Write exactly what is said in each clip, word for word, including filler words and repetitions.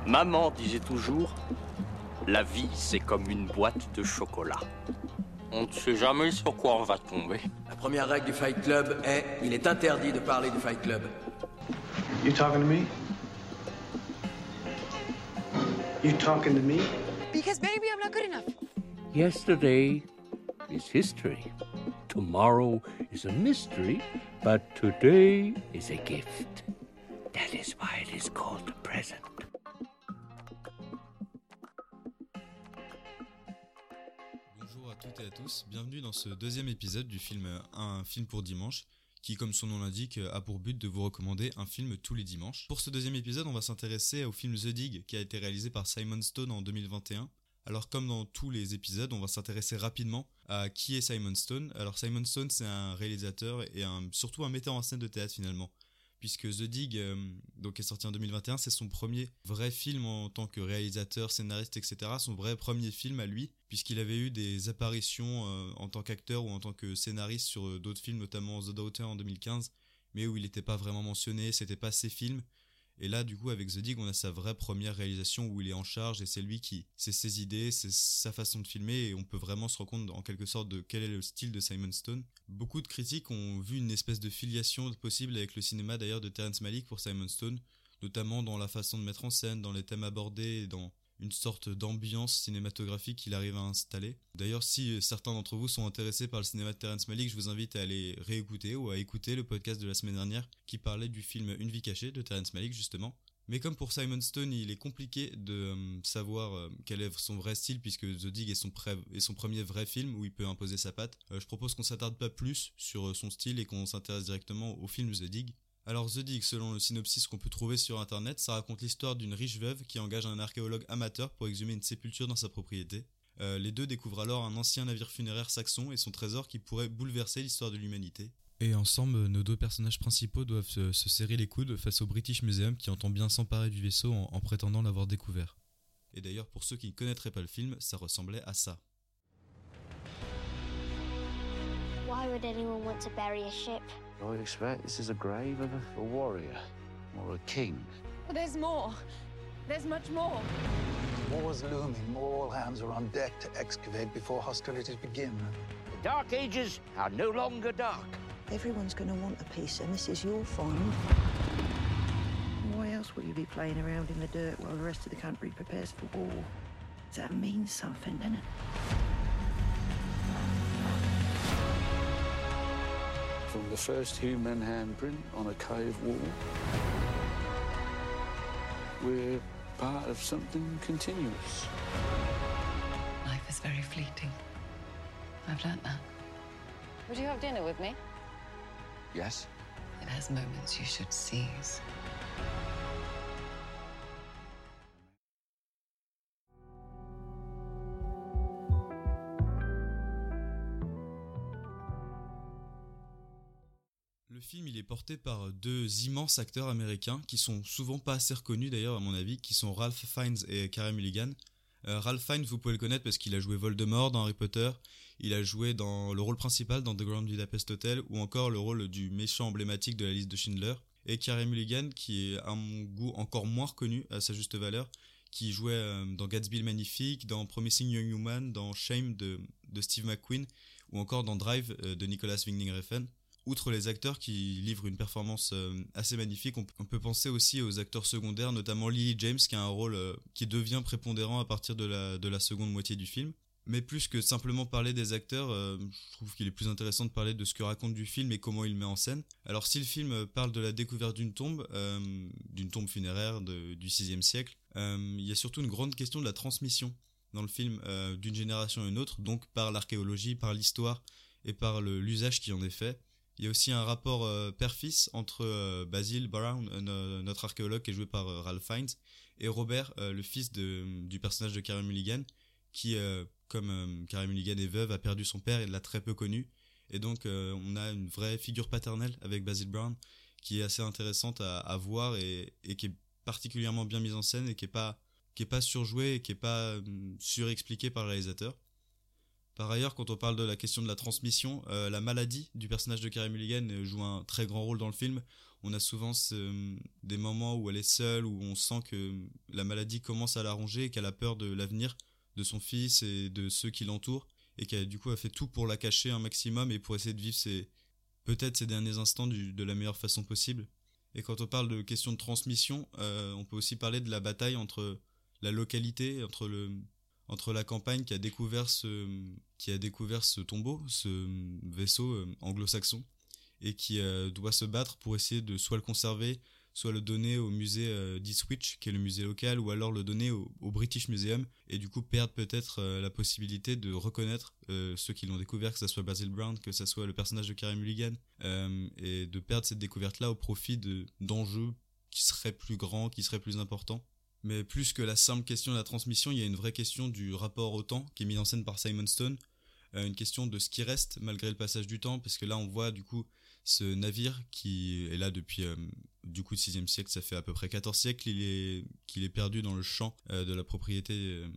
Maman disait toujours, la vie c'est comme une boîte de chocolat. On ne sait jamais sur quoi on va tomber. La première règle du Fight Club est, il est interdit de parler du Fight Club. You talking to me? You talking to me? Because baby, I'm not good enough. Yesterday is history. Tomorrow is a mystery, but today is a gift. That is why it is called the present. Bonjour à toutes et à tous, bienvenue dans ce deuxième épisode du film Un film pour dimanche, qui comme son nom l'indique a pour but de vous recommander un film tous les dimanches. Pour ce deuxième épisode, on va s'intéresser au film The Dig qui a été réalisé par Simon Stone en deux mille vingt et un. Alors comme dans tous les épisodes, on va s'intéresser rapidement à qui est Simon Stone. Alors Simon Stone, c'est un réalisateur et un, surtout un metteur en scène de théâtre finalement. Puisque The Dig, euh, donc est sorti en deux mille vingt et un, c'est son premier vrai film en tant que réalisateur, scénariste, et cetera. Son vrai premier film à lui, puisqu'il avait eu des apparitions euh, en tant qu'acteur ou en tant que scénariste sur euh, d'autres films, notamment The Daughter en deux mille quinze, mais où il n'était pas vraiment mentionné, c'était pas ses films. Et là, du coup, avec The Dig, on a sa vraie première réalisation où il est en charge et c'est lui qui, c'est ses idées, c'est sa façon de filmer et on peut vraiment se rendre compte en quelque sorte de quel est le style de Simon Stone. Beaucoup de critiques ont vu une espèce de filiation possible avec le cinéma d'ailleurs de Terrence Malick pour Simon Stone, notamment dans la façon de mettre en scène, dans les thèmes abordés et dans une sorte d'ambiance cinématographique qu'il arrive à installer. D'ailleurs, si certains d'entre vous sont intéressés par le cinéma de Terrence Malick, je vous invite à aller réécouter ou à écouter le podcast de la semaine dernière qui parlait du film Une vie cachée de Terrence Malick justement. Mais comme pour Simon Stone, il est compliqué de euh, savoir euh, quel est son vrai style puisque The Dig est son, pré- est son premier vrai film où il peut imposer sa patte. Euh, je propose qu'on s'attarde pas plus sur euh, son style et qu'on s'intéresse directement au film The Dig. Alors The Dig, selon le synopsis qu'on peut trouver sur internet, ça raconte l'histoire d'une riche veuve qui engage un archéologue amateur pour exhumer une sépulture dans sa propriété. Euh, les deux découvrent alors un ancien navire funéraire saxon et son trésor qui pourrait bouleverser l'histoire de l'humanité. Et ensemble, nos deux personnages principaux doivent se, se serrer les coudes face au British Museum qui entend bien s'emparer du vaisseau en, en prétendant l'avoir découvert. Et d'ailleurs, pour ceux qui ne connaîtraient pas le film, ça ressemblait à ça. Why would anyone want to bury a ship? I would expect this is a grave of a, a warrior or a king. But there's more. There's much more. War's looming. All hands are on deck to excavate before hostilities begin. The Dark Ages are no longer dark. Everyone's going to want a piece, and this is your find. Why else will you be playing around in the dirt while the rest of the country prepares for war? That means something, doesn't it? From the first human handprint on a cave wall, we're part of something continuous. Life is very fleeting. I've learnt that. Would you have dinner with me? Yes? It has moments you should seize. Le film il est porté par deux immenses acteurs américains qui sont souvent pas assez reconnus d'ailleurs à mon avis, qui sont Ralph Fiennes et Carey Mulligan. Euh, Ralph Fiennes vous pouvez le connaître parce qu'il a joué Voldemort dans Harry Potter, il a joué dans le rôle principal dans The Grand Budapest Hotel ou encore le rôle du méchant emblématique de la liste de Schindler. Et Carey Mulligan qui est à mon goût encore moins reconnu à sa juste valeur, qui jouait euh, dans Gatsby le Magnifique, dans Promising Young Woman, dans Shame de, de Steve McQueen ou encore dans Drive euh, de Nicolas Winding Refn. Outre les acteurs qui livrent une performance euh, assez magnifique, on, p- on peut penser aussi aux acteurs secondaires, notamment Lily James qui a un rôle euh, qui devient prépondérant à partir de la, de la seconde moitié du film. Mais plus que simplement parler des acteurs, euh, je trouve qu'il est plus intéressant de parler de ce que raconte du film et comment il le met en scène. Alors si le film parle de la découverte d'une tombe, euh, d'une tombe funéraire de, du sixième siècle, euh, il y a surtout une grande question de la transmission dans le film euh, d'une génération à une autre, donc par l'archéologie, par l'histoire et par le, l'usage qui en est fait. Il y a aussi un rapport euh, père-fils entre euh, Basil Brown, euh, notre archéologue qui est joué par euh, Ralph Fiennes, et Robert, euh, le fils de, du personnage de Carey Mulligan, qui, euh, comme euh, Carey Mulligan est veuve, a perdu son père et l'a très peu connu. Et donc euh, on a une vraie figure paternelle avec Basil Brown, qui est assez intéressante à, à voir et, et qui est particulièrement bien mise en scène et qui est pas, qui est pas surjouée et qui est pas euh, surexpliquée par le réalisateur. Par ailleurs, quand on parle de la question de la transmission, euh, la maladie du personnage de Carey Mulligan joue un très grand rôle dans le film. On a souvent ce, des moments où elle est seule, où on sent que la maladie commence à la ronger et qu'elle a peur de l'avenir de son fils et de ceux qui l'entourent, et qu'elle du coup a fait tout pour la cacher un maximum et pour essayer de vivre ses, peut-être ses derniers instants du, de la meilleure façon possible. Et quand on parle de question de transmission, euh, on peut aussi parler de la bataille entre la localité, entre le entre la campagne qui a découvert ce qui a découvert ce tombeau, ce vaisseau euh, anglo-saxon, et qui euh, doit se battre pour essayer de soit le conserver, soit le donner au musée euh, d'Ipswich, qui est le musée local, ou alors le donner au, au British Museum, et du coup perdre peut-être euh, la possibilité de reconnaître euh, ceux qui l'ont découvert, que ce soit Basil Brown, que ce soit le personnage de Carey Mulligan, euh, et de perdre cette découverte-là au profit de, d'enjeux qui seraient plus grands, qui seraient plus importants. Mais plus que la simple question de la transmission, il y a une vraie question du rapport au temps qui est mise en scène par Simon Stone, euh, une question de ce qui reste malgré le passage du temps, parce que là on voit du coup ce navire qui est là depuis euh, du coup le sixième siècle, ça fait à peu près quatorze siècles, il est, qu'il est perdu dans le champ euh, de la propriété euh,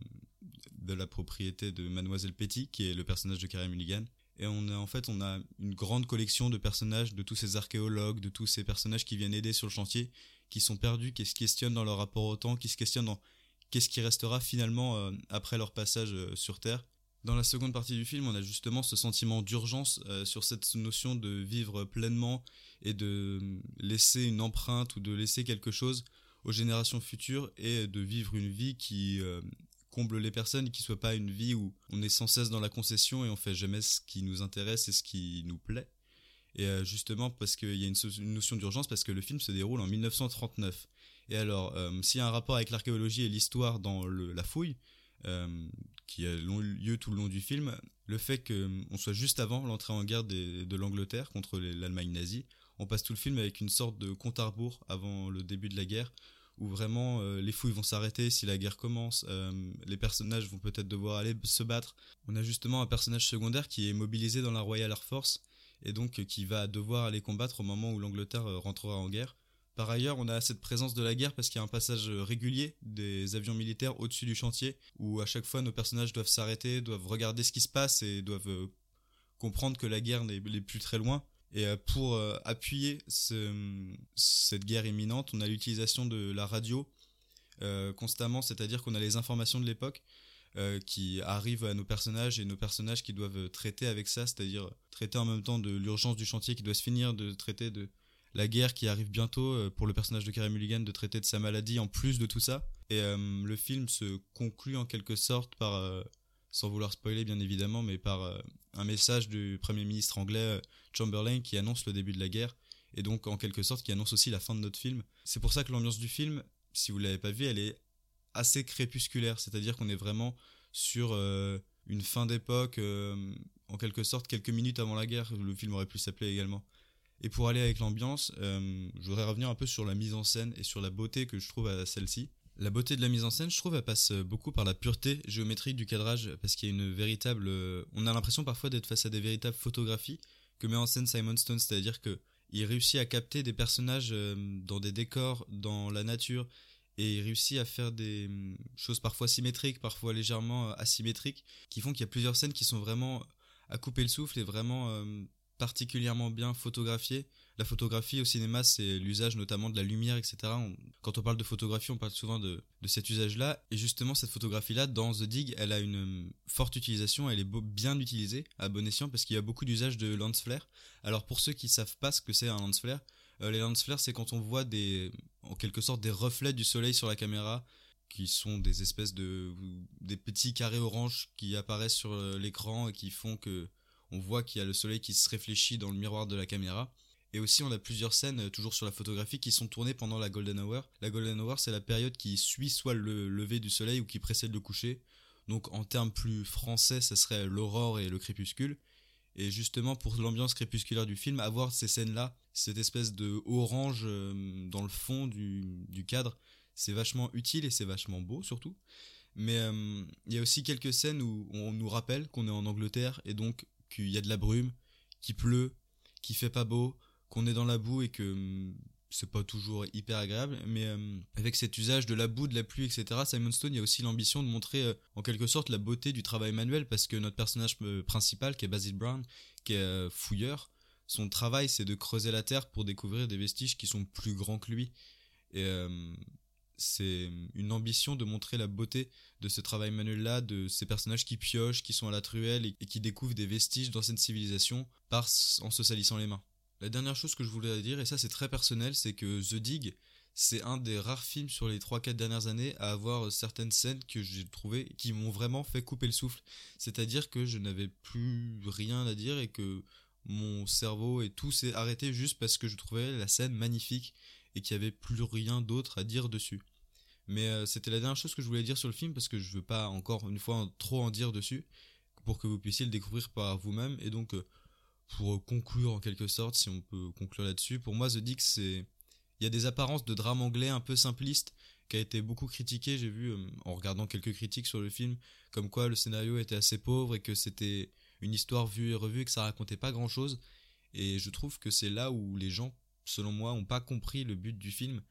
de la propriété de Mademoiselle Petty, qui est le personnage de Carey Mulligan. Et on a en fait on a une grande collection de personnages, de tous ces archéologues, de tous ces personnages qui viennent aider sur le chantier, qui sont perdus, qui se questionnent dans leur rapport au temps, qui se questionnent dans qu'est-ce qui restera finalement euh, après leur passage euh, sur Terre. Dans la seconde partie du film, on a justement ce sentiment d'urgence euh, sur cette notion de vivre pleinement et de laisser une empreinte ou de laisser quelque chose aux générations futures, et de vivre une vie qui euh, comble les personnes, qui soit pas une vie où on est sans cesse dans la concession et on fait jamais ce qui nous intéresse et ce qui nous plaît. Et euh, justement parce qu'il y a une, so- une notion d'urgence, parce que le film se déroule en dix-neuf cent trente-neuf. Et alors, euh, s'il y a un rapport avec l'archéologie et l'histoire dans le, la fouille, euh, qui a lieu tout le long du film, le fait qu'on soit juste avant l'entrée en guerre des, de l'Angleterre contre les, l'Allemagne nazie, on passe tout le film avec une sorte de compte à rebours avant le début de la guerre, où vraiment euh, les fouilles vont s'arrêter si la guerre commence, euh, les personnages vont peut-être devoir aller se battre. On a justement un personnage secondaire qui est mobilisé dans la Royal Air Force, et donc qui va devoir aller combattre au moment où l'Angleterre rentrera en guerre. Par ailleurs, on a cette présence de la guerre parce qu'il y a un passage régulier des avions militaires au-dessus du chantier, où à chaque fois nos personnages doivent s'arrêter, doivent regarder ce qui se passe et doivent euh, comprendre que la guerre n'est, n'est plus très loin. Et euh, pour euh, appuyer ce, cette guerre imminente, on a l'utilisation de la radio euh, constamment, c'est-à-dire qu'on a les informations de l'époque euh, qui arrivent à nos personnages, et nos personnages qui doivent traiter avec ça, c'est-à-dire traiter en même temps de l'urgence du chantier qui doit se finir, de traiter de la guerre qui arrive bientôt, euh, pour le personnage de Carey Mulligan de traiter de sa maladie en plus de tout ça. Et euh, le film se conclut en quelque sorte par, euh, sans vouloir spoiler bien évidemment, mais par euh, un message du Premier ministre anglais euh, Chamberlain qui annonce le début de la guerre, et donc en quelque sorte qui annonce aussi la fin de notre film. C'est pour ça que l'ambiance du film, si vous l'avez pas vu, elle est assez crépusculaire, c'est-à-dire qu'on est vraiment sur euh, une fin d'époque, euh, en quelque sorte quelques minutes avant la guerre, le film aurait pu s'appeler également. Et pour aller avec l'ambiance, euh, je voudrais revenir un peu sur la mise en scène et sur la beauté que je trouve à celle-ci. La beauté de la mise en scène, je trouve, elle passe beaucoup par la pureté géométrique du cadrage, parce qu'il y a une véritable... Euh, on a l'impression parfois d'être face à des véritables photographies que met en scène Simon Stone, c'est-à-dire que il réussit à capter des personnages euh, dans des décors, dans la nature, et il réussit à faire des euh, choses parfois symétriques, parfois légèrement euh, asymétriques, qui font qu'il y a plusieurs scènes qui sont vraiment à couper le souffle et vraiment... Euh, particulièrement bien photographié. La photographie au cinéma, c'est l'usage notamment de la lumière, et cetera. On, quand on parle de photographie, on parle souvent de, de cet usage-là. Et justement, cette photographie-là, dans The Dig, elle a une euh, forte utilisation. Elle est beau, bien utilisée à bon escient, parce qu'il y a beaucoup d'usage de lens flare. Alors pour ceux qui savent pas ce que c'est un lens flare, euh, les lens flares, c'est quand on voit des, en quelque sorte des reflets du soleil sur la caméra, qui sont des espèces de des petits carrés orange qui apparaissent sur l'écran et qui font que on voit qu'il y a le soleil qui se réfléchit dans le miroir de la caméra. Et aussi, on a plusieurs scènes, toujours sur la photographie, qui sont tournées pendant la Golden Hour. La Golden Hour, c'est la période qui suit soit le lever du soleil ou qui précède le coucher. Donc, en termes plus français, ça serait l'aurore et le crépuscule. Et justement, pour l'ambiance crépusculaire du film, avoir ces scènes-là, cette espèce de orange dans le fond du, du cadre, c'est vachement utile et c'est vachement beau, surtout. Mais euh, il y a aussi quelques scènes où on nous rappelle qu'on est en Angleterre, et donc qu'il y a de la brume, qu'il pleut, qu'il fait pas beau, qu'on est dans la boue et que hum, c'est pas toujours hyper agréable, mais hum, avec cet usage de la boue, de la pluie, et cetera, Simon Stone, il y a aussi l'ambition de montrer euh, en quelque sorte la beauté du travail manuel, parce que notre personnage euh, principal, qui est Basil Brown, qui est euh, fouilleur, son travail, c'est de creuser la terre pour découvrir des vestiges qui sont plus grands que lui. Et euh, c'est une ambition de montrer la beauté de ce travail manuel-là, de ces personnages qui piochent, qui sont à la truelle et, et qui découvrent des vestiges d'anciennes civilisations par, en se salissant les mains. La dernière chose que je voulais dire, et ça c'est très personnel, c'est que The Dig, c'est un des rares films sur les trois quatre dernières années à avoir certaines scènes que j'ai trouvées qui m'ont vraiment fait couper le souffle. C'est-à-dire que je n'avais plus rien à dire et que mon cerveau et tout s'est arrêté juste parce que je trouvais la scène magnifique et qu'il n'y avait plus rien d'autre à dire dessus. Mais euh, c'était la dernière chose que je voulais dire sur le film parce que je veux pas encore une fois trop en dire dessus pour que vous puissiez le découvrir par vous-même. Et donc euh, pour conclure en quelque sorte, si on peut conclure là-dessus, pour moi The Dig, c'est... il y a des apparences de drame anglais un peu simpliste qui a été beaucoup critiqué, j'ai vu euh, en regardant quelques critiques sur le film, comme quoi le scénario était assez pauvre et que c'était une histoire vue et revue et que ça racontait pas grand chose. Et je trouve que c'est là où les gens, selon moi, ont pas compris le but du film,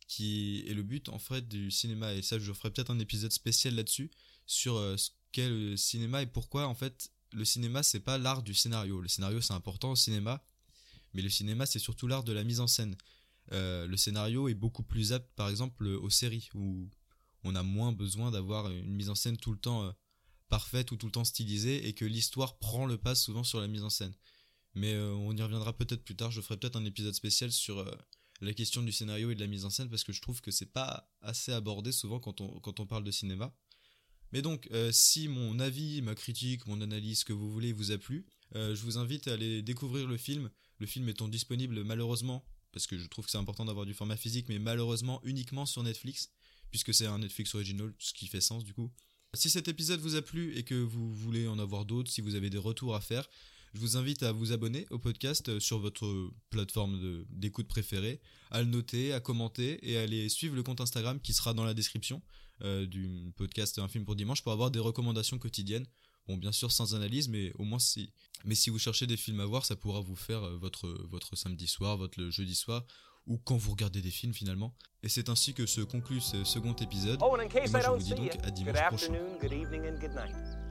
qui est le but en fait du cinéma. Et ça, je ferai peut-être un épisode spécial là-dessus, sur euh, ce qu'est le cinéma et pourquoi en fait le cinéma c'est pas l'art du scénario. Le scénario c'est important au cinéma, mais le cinéma c'est surtout l'art de la mise en scène. Euh, le scénario est beaucoup plus apte par exemple aux séries où on a moins besoin d'avoir une mise en scène tout le temps euh, parfaite ou tout le temps stylisée et que l'histoire prend le pas souvent sur la mise en scène. Mais euh, on y reviendra peut-être plus tard, je ferai peut-être un épisode spécial sur euh, la question du scénario et de la mise en scène parce que je trouve que c'est pas assez abordé souvent quand on, quand on parle de cinéma. Mais donc euh, si mon avis, ma critique, mon analyse, ce que vous voulez vous a plu, euh, je vous invite à aller découvrir le film, le film étant disponible malheureusement, parce que je trouve que c'est important d'avoir du format physique, mais malheureusement uniquement sur Netflix, puisque c'est un Netflix original, ce qui fait sens du coup. Si cet épisode vous a plu et que vous voulez en avoir d'autres, si vous avez des retours à faire, je vous invite à vous abonner au podcast sur votre plateforme de, d'écoute préférée, à le noter, à commenter et à aller suivre le compte Instagram qui sera dans la description euh, du podcast Un film pour dimanche pour avoir des recommandations quotidiennes. Bon, bien sûr sans analyse, mais au moins si... Mais si vous cherchez des films à voir, ça pourra vous faire votre, votre samedi soir, votre jeudi soir, ou quand vous regardez des films finalement. Et c'est ainsi que se conclut ce second épisode. Oh, and in case et moi I je don't vous dis see donc you, à good dimanche prochain. afternoon, good evening, and good night.